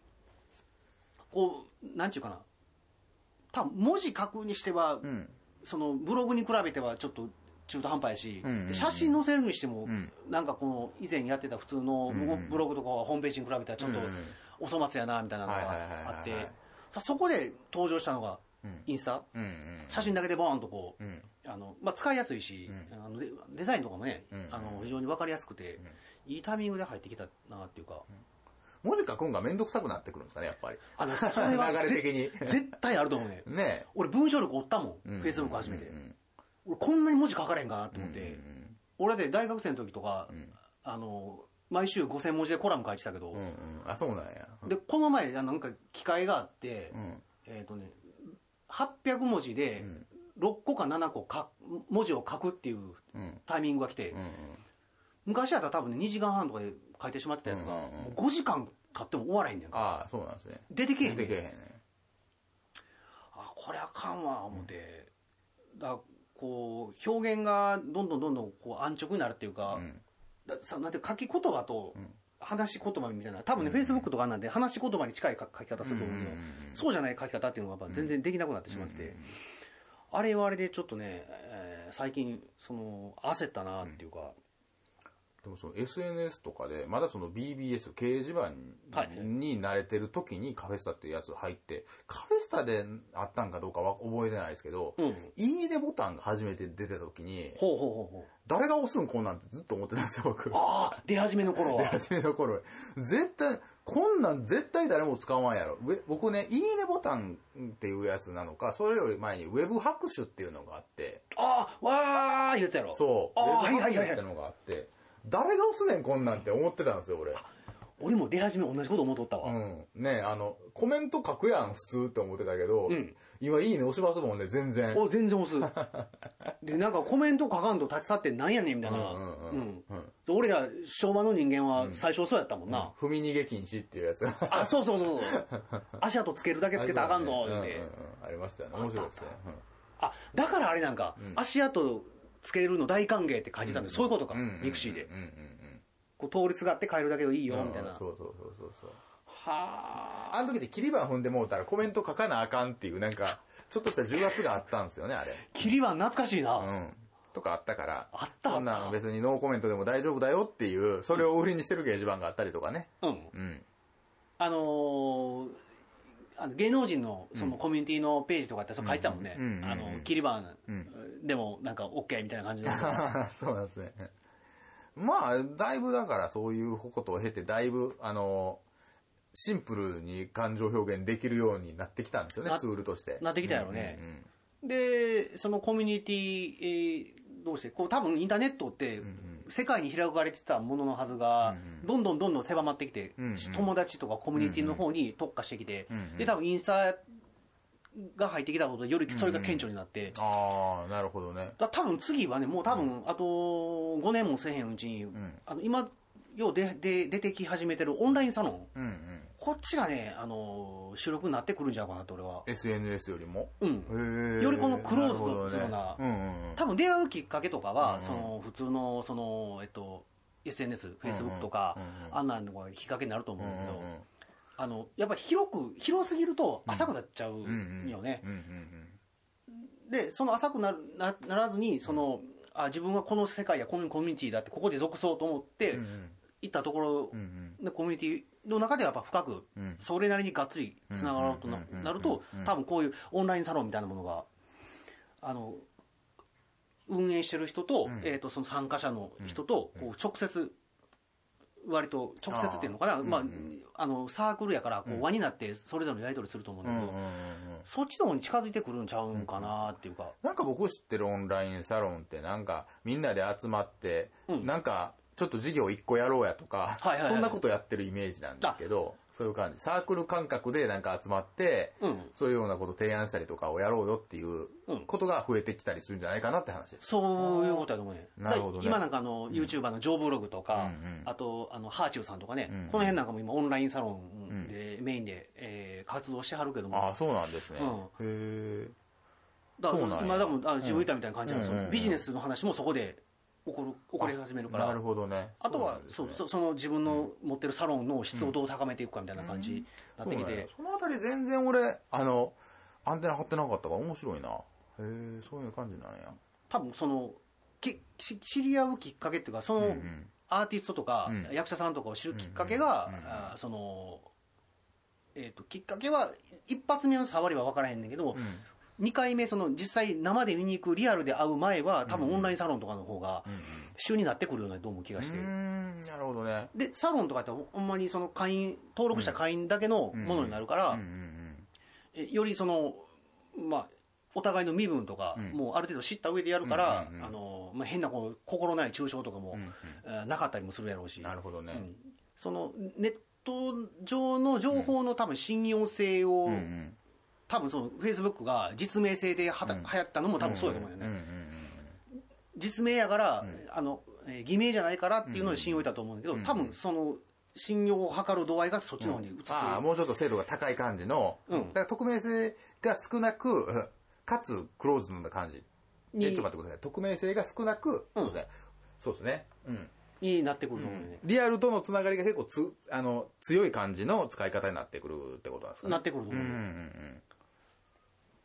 S1: こうなんていうかな、多分文字書くにしては、うん、そのブログに比べてはちょっと中途半端やし、うんうんうん、写真載せるにしても、うん、なんかこの以前やってた普通のブログとかホームページに比べたらちょっとお粗末やなみたいなのがあって、そこで登場したのがインスタ、うんうんうん、写真だけでボーンとこう、うん、あのまあ、使いやすいし、うん、あの デ, デザインとかもね、うんうん、あの非常に分かりやすくて、うん、いいタイミングで入ってきたなっていうか、
S2: うん、文字書くんが面倒くさくなってくるんですかね、やっぱり。
S1: あのそれは流れ的に絶対あると思うね。
S2: ね、
S1: 俺文章力おったもん、フェイスブック始めて、うんうんうん、俺こんなに文字書かれへんかなと思って、うんうんうん、俺で大学生の時とか、うん、あの毎週ごせんもじでコラム書いてたけど、うんうん、
S2: あ、そうなんや。
S1: でこの前なんか機会があって、うん、えっとねはっぴゃくもじでろっこかななこか文字を書くっていうタイミングが来て、うんうんうん、昔だったら多分ねにじかんはんとかで書いてしまってたやつが、うんうんうん、もうごじかん経っても終わらへんねんか。
S2: ああ、そうなんですね。
S1: 出てけへんねん。
S2: 出てけへんね。
S1: あ、これあかんわ思って、うん、だこう表現がどんどんどんどんこう安直になるっていうか、うん、ださなんて書き言葉と話し言葉みたいな、多分ね、フェイスブックとかなんで話し言葉に近い書き方すると思うけど、うんうんうん、そうじゃない書き方っていうのがやっぱ全然できなくなってしまってて、うんうんうん、あれはあれでちょっとね、えー、最近その焦ったなっていうか、
S2: でもその エスエヌエス とかでまだその ビービーエス 掲示板に慣れてる時にカフェスタっていうやつ入って、カフェスタであったんかどうかは覚えてないですけど、うん、いいねボタンが初めて出てた時に、
S1: ほうほうほうほう、
S2: 誰が押すんこんなんってずっと思ってたんですよ僕。
S1: ああ、出始めの頃は。
S2: 出始めの頃絶対こんなん絶対誰も使わんやろ。僕ね、いいねボタンっていうやつなのか、それより前にウェブ拍手っていうのがあって、
S1: ああ、わーいうやつやろ。
S2: そう、ウェブ拍手っていうのがあって、はいはいはいはい、誰が押すねんこんなんって思ってたんですよ俺。
S1: 俺も出始め同じこと思っとったわ。
S2: うん。ね、あのコメント書くやん普通って思ってたけど、うん、今いいね押しますもんね全然。
S1: お全然押す。でなんかコメント書かんと立ち去ってなんやねんみたいな。うんうんうん。うん、俺ら昭和の人間は最初そうやったもんな。
S2: うん、踏み逃げ禁止っていうやつ。
S1: あ、そうそうそうそう。足跡つけるだけつけたらあかんぞって、
S2: うんうんうん。ありましたよね。面白いですね。うん、
S1: あ、だからあれなんか、うん、足跡つけるの大歓迎って書いてたんで、うん、そういうことか、うん、ミクシーで。うんうんうん、こう通りすがって帰るだけでいいよみたいな。
S2: うん、そうそうそうそうそう。
S1: は
S2: あ。あの時で切り板踏んでもうたらコメント書かなあかんっていうなんかちょっとした重圧があったんですよねあれ。
S1: 切り板懐かしいな。
S2: うん。とかあったから。
S1: あった
S2: そんな別にノーコメントでも大丈夫だよっていうそれを売りにしてる掲示板があったりとかね。
S1: うん。うん。あのー。あの芸能人のそのコミュニティのページとかってそう書いてたもんね。あの切り板でもなんか OK みたいな感じで。
S2: そうなんですね。まあだいぶだからそういうことを経てだいぶあのシンプルに感情表現できるようになってきたんですよねツールとして。
S1: なってきたよね。うんうんうん、でそのコミュニティ、えー、どうしてこう多分インターネットって世界に開かれてたもののはずが、うんうん、どんどんどんどん狭まってきて、うんうん、友達とかコミュニティの方に特化してきて、うんうん、で多分インスタが入ってきたことでよりそれが顕著になって、
S2: うんうん、ああなるほどね。
S1: だ多分次はねもう多分あとごねんもせえへんうちに、うん、あの今ようでで出てき始めてるオンラインサロン、うんうん、こっちがねあの主力になってくるんじゃないかなと俺は。
S2: エスエヌエス よりも、
S1: うん、よりこのクローズドっていうような、うんうんうん、多分出会うきっかけとかは、うんうん、その普通のそのえっと エスエヌエス、フェイスブックとか、うんうん、あんなのがきっかけになると思うんだけど、うんうんうん、あのやっぱり広く広すぎると浅くなっちゃうよね。でその浅くなる な, ならずにその、うん、あ自分はこの世界やこのコミュニティだってここで属そうと思って、うんうん、行ったところのコミュニティの中ではやっぱ深く、うん、それなりにがっつりつながろうと な, なると多分こういうオンラインサロンみたいなものがあの運営してる人と、うん、えー、とその参加者の人とこう直接割と直接っていうのかな、あ、まあうんうん、あのサークルやからこう輪になってそれぞれのやり取りすると思うんだけど、うんうんうんうん、そっちの方に近づいてくるんちゃうんかなっていうか、
S2: なんか僕知ってるオンラインサロンってなんかみんなで集まって、うん、なんかちょっと授業いっこやろうやとか、はいはいはい、そんなことやってるイメージなんですけど、そういう感じサークル感覚でなんか集まって、うん、そういうようなこと提案したりとかをやろうよっていうことが増えてきたりするんじゃないかなって話です。
S1: そういうことだと思うね。
S2: なるほどね。
S1: 今なんかあの YouTuber のジョーブログとか、うん、あとあのハーチューさんとかね、うん、この辺なんかも今オンラインサロンで、うん、メインで、えー、活動してはるけども。
S2: あ、そうなんですね。うん、へえ。
S1: だから今でもあ自分言ったみたいな感じで、うん、ビジネスの話もそこで起こる起こり始めるから。
S2: なるほどね。
S1: あとはそう、ね、そ, その自分の持ってるサロンの質をどう高めていくかみたいな感じになってきて、うんうん、
S2: そ, ね、そのあたり全然俺あのアンテナ張ってなかったから面白いな。へえ、そういう感じなんや。
S1: 多分そのき知り合うきっかけっていうかその、うんうん、アーティストとか、うん、役者さんとかを知るきっかけが、うんうんうん、あそのえーと、きっかけは一発目の触りは分からへんねんけど、うん、にかいめその実際生で見に行くリアルで会う前は多分オンラインサロンとかの方が主になってくるようなどうも気がして、うんうん、
S2: なるほどね。
S1: でサロンとかってほんまにその会員登録した会員だけのものになるから、よりそのまあお互いの身分とかもうある程度知った上でやるから、あのまあ、変なこう心ない中傷とかも、うんうん、なかったりもするやろうし。
S2: なるほどね、うん、
S1: そのネット上の情報の多分信用性を、うんうん、多分そのフェイスブックが実名性ではた、うん、流行ったのも多分そうだと思うよね、うんうんうんうん、実名やから、うん、あの偽名じゃないからっていうので信用を得たと思うんだけど、うんうん、多分その信用を図る度合いがそっちの方に移ってる、うん、
S2: ああもうちょっと精度が高い感じの、うん、だから匿名性が少なくかつクローズドな感じで、ちょっと待ってください。匿名性が少なく、うん、そうですね、そうですね、うん、
S1: になってくると思うね、
S2: うん、リアルとのつながりが結構つあの強い感じの使い方になってくるってことなんですかね。
S1: なってくると思う、うんうんうん、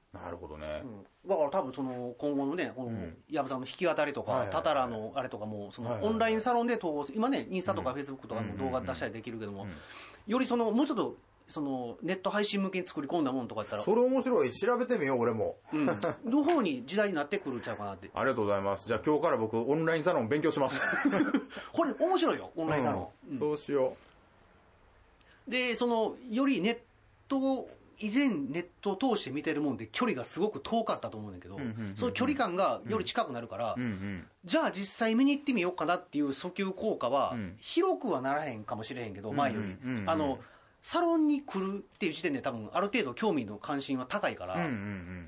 S2: なるほどね、
S1: うん、だから多分その今後のねこの矢部さんの弾き語りとか、タタラのあれとかもそのオンラインサロンで統合する、今ねインスタとかフェイスブックとかの動画出したりできるけども、よりそのもうちょっとそのネット配信向けに作り込んだものとかやったら
S2: それ面白い、調べてみよう俺も、
S1: うん、の方に時代になってくるんちゃうかなって。
S2: ありがとうございます。じゃあ今日から僕オンラインサロン勉強します
S1: これ面白いよオンラインサロン、
S2: うん、そうしよ
S1: う。でそのよりネット以前ネットを通して見てるもんで距離がすごく遠かったと思うんだけど、うんうんうんうん、その距離感がより近くなるから、うんうん、じゃあ実際見に行ってみようかなっていう訴求効果は、うん、広くはならへんかもしれへんけど、前より、うんうんうん、あのサロンに来るっていう時点で多分ある程度興味の関心は高いから、うんうんうん、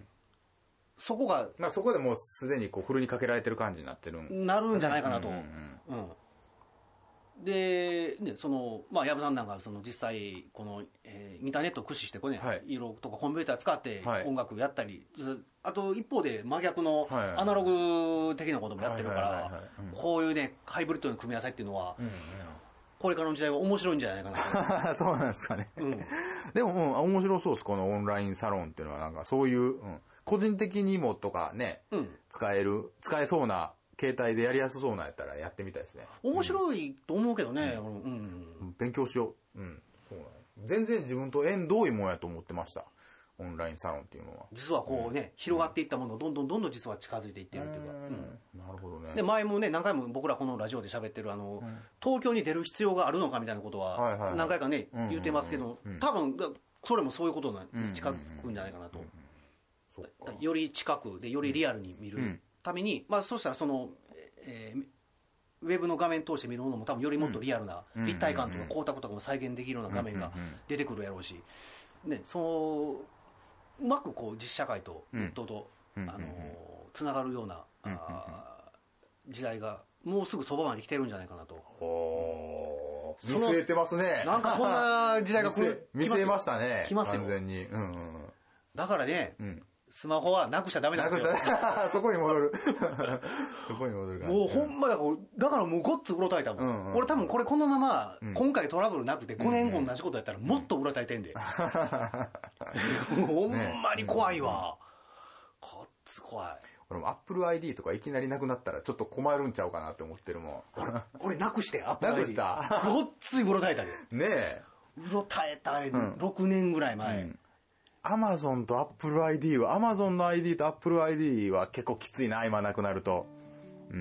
S1: そこが、
S2: まあ、そこでもうすでにこうフルにかけられてる感じになってる
S1: んなるんじゃないかなと、うんうんうんうんで、ね、その、まあ、矢部さんなんか、その、実際、この、えー、インターネットを駆使して、こうね、はい、色とかコンピューター使って音楽やったり、はい、あと、一方で真逆のアナログ的なこともやってるから、こういうね、ハイブリッドの組み合わせっていうのは、うんうん、これからの時代は面白いんじゃないかな。
S2: そうなんですかね。うん、でも、うん、面白そうです、このオンラインサロンっていうのは、なんか、そういう、うん、個人的にもとかね、うん、使える、使えそうな、携帯でやりやすそうなやったらやってみたいですね。
S1: 面白いと思うけどね。うん
S2: うん、勉強しよう。うん、そうなん全然自分と縁遠いもんやと思ってました。オンラインサロンっていうのは。
S1: 実はこうね、うん、広がっていったものをどんどんどんどん実は近づいていってるっていうか。うん、
S2: なるほどね。
S1: で前もね何回も僕らこのラジオで喋ってるあの、うん、東京に出る必要があるのかみたいなことは何回かね、はいはいはい、言ってますけど、うんうんうん、多分それもそういうことに近づくんじゃないかなと。より近くでよりリアルに見るために、うん、まあそしたらその。えー、ウェブの画面通して見るものも多分よりもっとリアルな、うん、立体感とか光沢とかも再現できるような画面が出てくるやろうし、ね、そううまくこう実社会とネットと、うん、あのー、つながるような、うん、あ時代がもうすぐそばまで来てるんじゃないかなと。
S2: お見据えてますね。
S1: なんかこんな時代が来る
S2: 見据えましたね。
S1: 来ますよ。
S2: 完全に、うんうん、
S1: だからね、うんスマホはなくしちゃダメなんですよ。
S2: そこに戻る。そこに戻るから。
S1: もうほんまだから、だからもうごっつうろたえたもん。うんうん、俺多分これこのまま、うん、今回トラブルなくてごねんご同じことやったらもっとうろたえてんで。うん、ほんまに怖いわ。ね、こっつ怖い。
S2: 俺も Apple アイディー とかいきなりなくなったらちょっと困るんちゃうかなって思ってるもん。
S1: 俺なくして、Apple アイディー。
S2: なくした
S1: ごっついうろたえたで。
S2: ねえ。
S1: うろたえた、うん、ろくねんぐらい前。うん
S2: アマゾンとアップル アイディー は、アマゾンの アイディー とアップル アイディー は結構きついな、今なくなると。
S1: うん。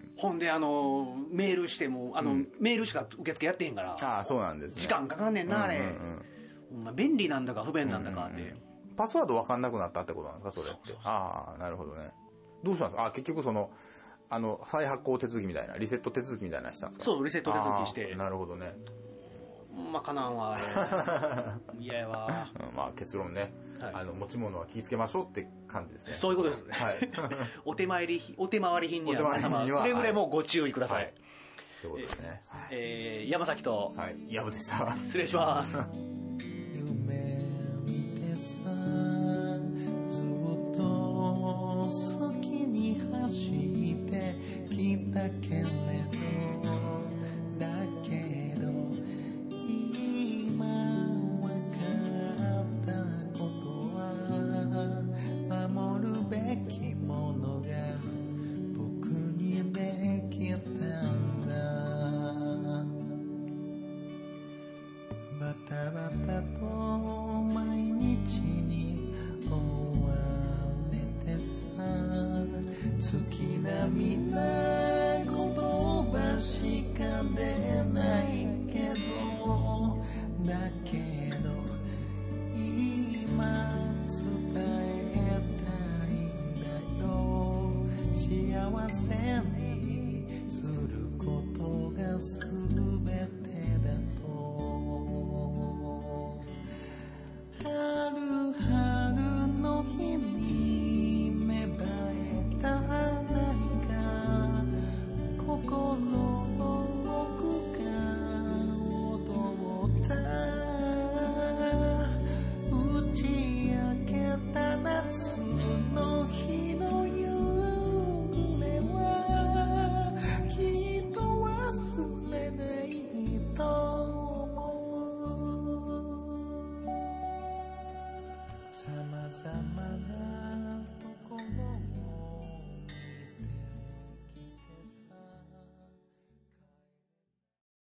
S1: ほんで、あの、メールしても、あの、うん、メールしか受付やってへんから。
S2: ああ、そうなんですね。
S1: 時間かかんねんな、あれ。うんうんうん、便利なんだか不便なんだかって、うんうんうん。
S2: パスワードわかんなくなったってことなんですか、それって。そうそうそうああ、なるほどね。どうしたんですかあ結局その、あの、再発行手続きみたいな、リセット手続きみたいなのしたんですか
S1: そう、リセット手続きして。
S2: なるほどね。
S1: まあ、かなんわ、あれ。嫌やわ。
S2: うん、まあ、結論ね。はい、あの持ち物は気をつけましょうって感じですね。
S1: そういうことですね。はい、お手参りお手回り品には皆様くれぐれもご注意ください。はい、
S2: ということですね。
S1: えー、山崎と、
S2: はい、藪でした。
S1: 失礼します。
S3: 夢見てさずっと好きに走ってきたけれどだけど今わかったことは守るべきものが僕にできたんだバタバタと毎日に追われてさ月並みな言葉しか出ないけどだけど今伝えたいんだよ幸せにすることが全てだと春春の日に芽生えた何かさまざまな